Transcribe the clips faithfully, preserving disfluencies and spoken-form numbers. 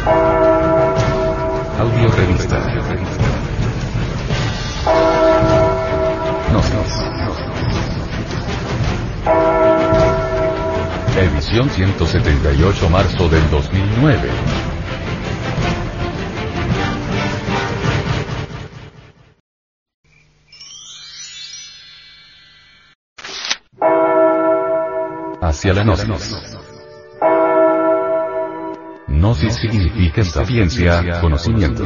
Audio revista. Gnosis. Edición ciento setenta y ocho, marzo del dos mil nueve. Hacia la Gnosis. Gnosis significa sapiencia, conocimiento.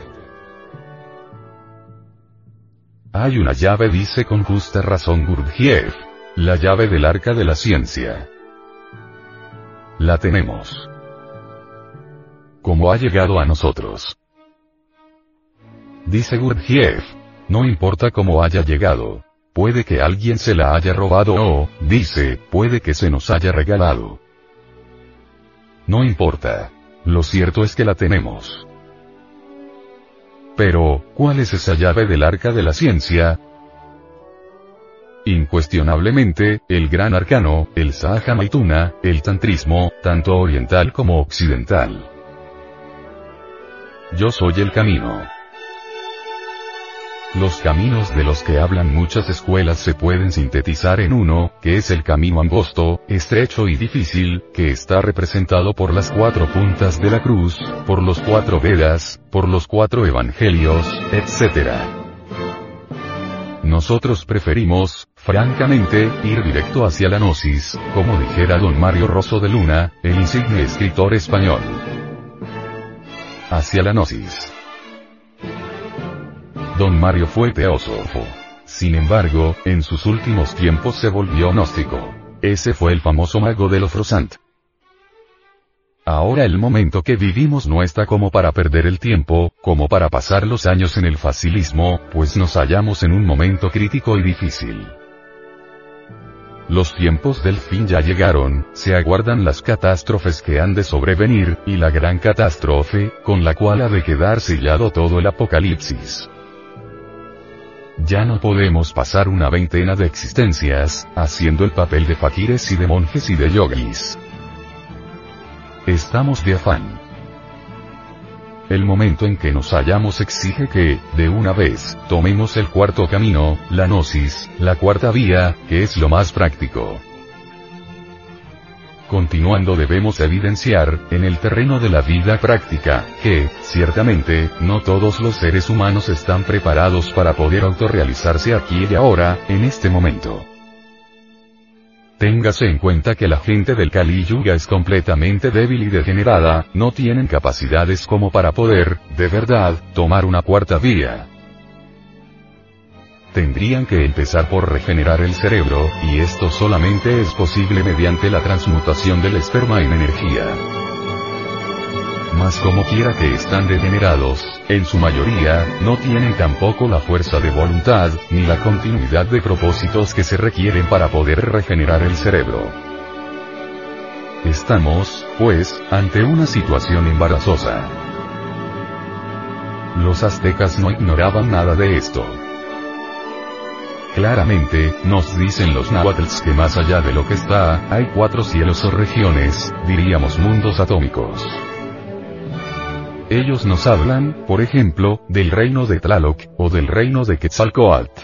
Hay una llave, dice con justa razón Gurdjieff, la llave del arca de la ciencia. La tenemos. ¿Cómo ha llegado a nosotros? Dice Gurdjieff, no importa cómo haya llegado. Puede que alguien se la haya robado o, dice, puede que se nos haya regalado. No importa. Lo cierto es que la tenemos. Pero, ¿cuál es esa llave del arca de la ciencia? Incuestionablemente, el gran arcano, el Sahaja Maituna, el tantrismo, tanto oriental como occidental. Yo soy el camino. Los caminos de los que hablan muchas escuelas se pueden sintetizar en uno, que es el camino angosto, estrecho y difícil, que está representado por las cuatro puntas de la cruz, por los cuatro Vedas, por los cuatro evangelios, etcétera. Nosotros preferimos, francamente, ir directo hacia la Gnosis, como dijera don Mario Rosso de Luna, el insigne escritor español. Hacia la Gnosis. Don Mario fue teósofo. Sin embargo, en sus últimos tiempos se volvió gnóstico. Ese fue el famoso mago de Lofrosant. Ahora el momento que vivimos no está como para perder el tiempo, como para pasar los años en el facilismo, pues nos hallamos en un momento crítico y difícil. Los tiempos del fin ya llegaron, se aguardan las catástrofes que han de sobrevenir, y la gran catástrofe, con la cual ha de quedar sellado todo el apocalipsis. Ya no podemos pasar una veintena de existencias, haciendo el papel de fakires y de monjes y de yogis. Estamos de afán. El momento en que nos hallamos exige que, de una vez, tomemos el cuarto camino, la Gnosis, la cuarta vía, que es lo más práctico. Continuando debemos evidenciar, en el terreno de la vida práctica, que, ciertamente, no todos los seres humanos están preparados para poder autorrealizarse aquí y ahora, en este momento. Téngase en cuenta que la gente del Kali Yuga es completamente débil y degenerada, no tienen capacidades como para poder, de verdad, tomar una cuarta vía. Tendrían que empezar por regenerar el cerebro, y esto solamente es posible mediante la transmutación del esperma en energía. Mas como quiera que están degenerados, en su mayoría, no tienen tampoco la fuerza de voluntad, ni la continuidad de propósitos que se requieren para poder regenerar el cerebro. Estamos, pues, ante una situación embarazosa. Los aztecas no ignoraban nada de esto. Claramente, nos dicen los náhuatls que más allá de lo que está, hay cuatro cielos o regiones, diríamos mundos atómicos. Ellos nos hablan, por ejemplo, del reino de Tlaloc, o del reino de Quetzalcóatl.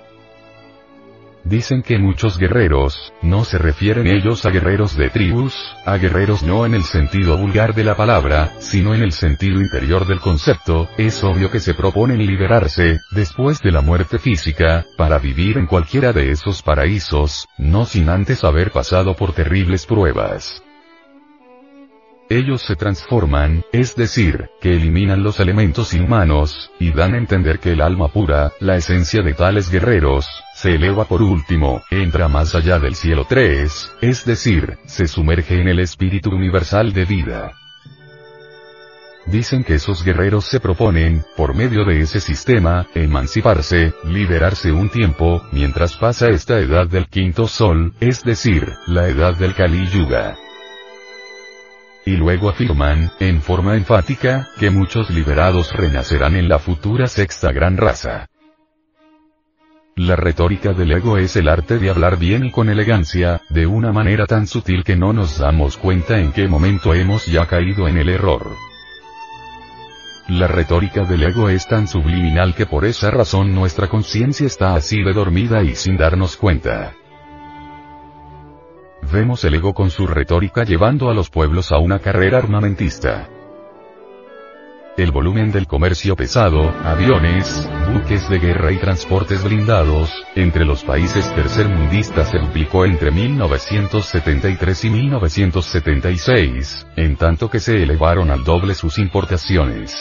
Dicen que muchos guerreros, no se refieren ellos a guerreros de tribus, a guerreros no en el sentido vulgar de la palabra, sino en el sentido interior del concepto, es obvio que se proponen liberarse, después de la muerte física, para vivir en cualquiera de esos paraísos, no sin antes haber pasado por terribles pruebas. Ellos se transforman, es decir, que eliminan los elementos inhumanos, y dan a entender que el alma pura, la esencia de tales guerreros, se eleva por último, entra más allá del cielo tres, es decir, se sumerge en el espíritu universal de vida. Dicen que esos guerreros se proponen, por medio de ese sistema, emanciparse, liberarse un tiempo, mientras pasa esta edad del quinto sol, es decir, la edad del Kali Yuga. Y luego afirman, en forma enfática, que muchos liberados renacerán en la futura sexta gran raza. La retórica del ego es el arte de hablar bien y con elegancia, de una manera tan sutil que no nos damos cuenta en qué momento hemos ya caído en el error. La retórica del ego es tan subliminal que por esa razón nuestra conciencia está así de dormida y sin darnos cuenta. Vemos el ego con su retórica llevando a los pueblos a una carrera armamentista. El volumen del comercio pesado, aviones, buques de guerra y transportes blindados, entre los países tercermundistas se duplicó entre mil novecientos setenta y tres y mil novecientos setenta y seis, en tanto que se elevaron al doble sus importaciones.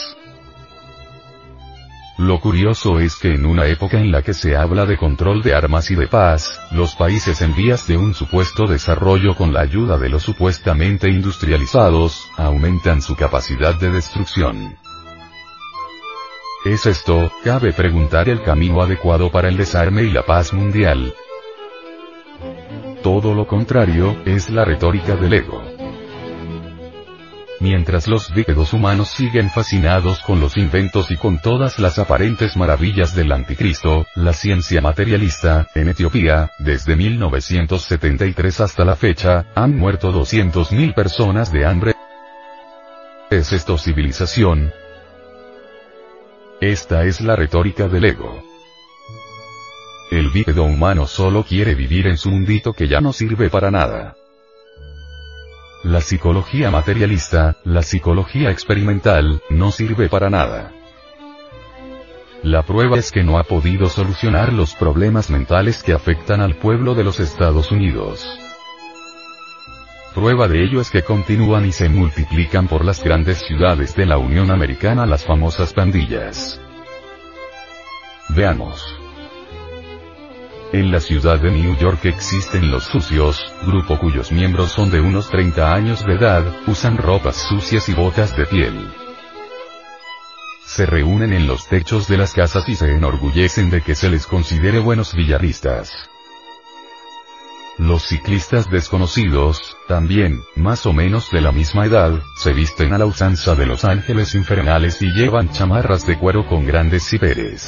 Lo curioso es que en una época en la que se habla de control de armas y de paz, los países en vías de un supuesto desarrollo con la ayuda de los supuestamente industrializados, aumentan su capacidad de destrucción. ¿Es esto, cabe preguntar, el camino adecuado para el desarme y la paz mundial? Todo lo contrario, es la retórica del ego. Mientras los bípedos humanos siguen fascinados con los inventos y con todas las aparentes maravillas del anticristo, la ciencia materialista, en Etiopía, desde mil novecientos setenta y tres hasta la fecha, han muerto doscientas mil personas de hambre. ¿Es esto civilización? Esta es la retórica del ego. El bípedo humano solo quiere vivir en su mundito que ya no sirve para nada. La psicología materialista, la psicología experimental, no sirve para nada. La prueba es que no ha podido solucionar los problemas mentales que afectan al pueblo de los Estados Unidos. Prueba de ello es que continúan y se multiplican por las grandes ciudades de la Unión Americana las famosas pandillas. Veamos. En la ciudad de New York existen los sucios, grupo cuyos miembros son de unos treinta años de edad, usan ropas sucias y botas de piel. Se reúnen en los techos de las casas y se enorgullecen de que se les considere buenos billarristas. Los ciclistas desconocidos, también, más o menos de la misma edad, se visten a la usanza de los ángeles infernales y llevan chamarras de cuero con grandes ciperes.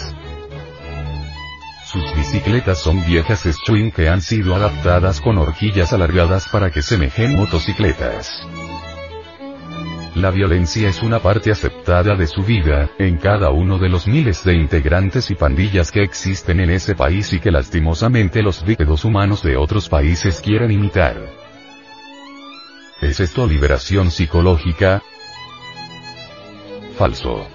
Sus bicicletas son viejas Schwinn que han sido adaptadas con horquillas alargadas para que semejen motocicletas. La violencia es una parte aceptada de su vida, en cada uno de los miles de integrantes y pandillas que existen en ese país y que lastimosamente los bípedos humanos de otros países quieren imitar. ¿Es esto liberación psicológica? Falso.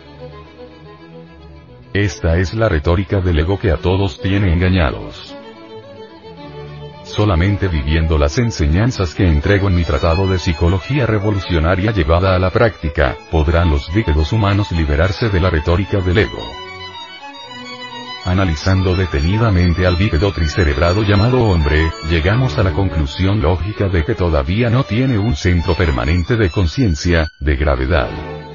Esta es la retórica del ego que a todos tiene engañados. Solamente viviendo las enseñanzas que entrego en mi tratado de psicología revolucionaria llevada a la práctica, podrán los bípedos humanos liberarse de la retórica del ego. Analizando detenidamente al bípedo tricerebrado llamado hombre, llegamos a la conclusión lógica de que todavía no tiene un centro permanente de conciencia, de gravedad.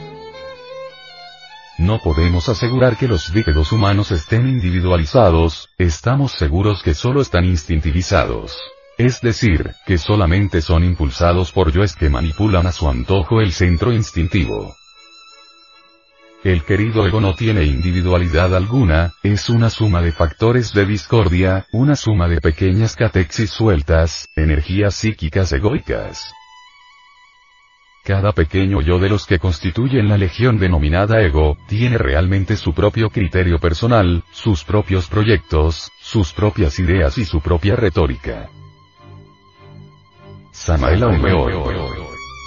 No podemos asegurar que los bípedos humanos estén individualizados, estamos seguros que solo están instintivizados. Es decir, que solamente son impulsados por yoes que manipulan a su antojo el centro instintivo. El querido ego no tiene individualidad alguna, es una suma de factores de discordia, una suma de pequeñas catexis sueltas, energías psíquicas egoicas. Cada pequeño yo de los que constituyen la legión denominada ego, tiene realmente su propio criterio personal, sus propios proyectos, sus propias ideas y su propia retórica. Samael Aumeor.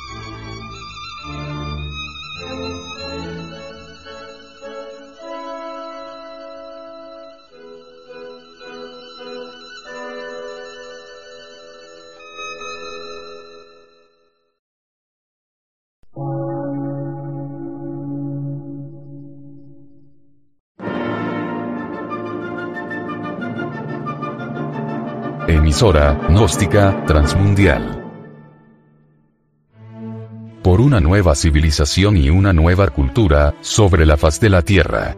Emisora gnóstica transmundial. Por una nueva civilización y una nueva cultura, sobre la faz de la Tierra.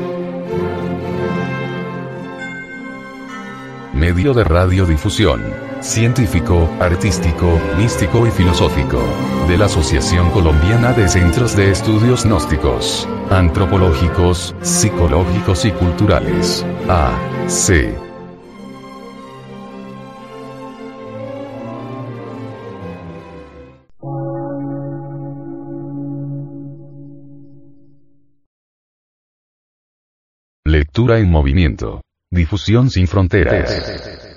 Medio de radiodifusión. científico, artístico, místico y filosófico. De la Asociación Colombiana de Centros de Estudios Gnósticos, Antropológicos, Psicológicos y Culturales. A. C. Lectura en movimiento. Difusión sin fronteras.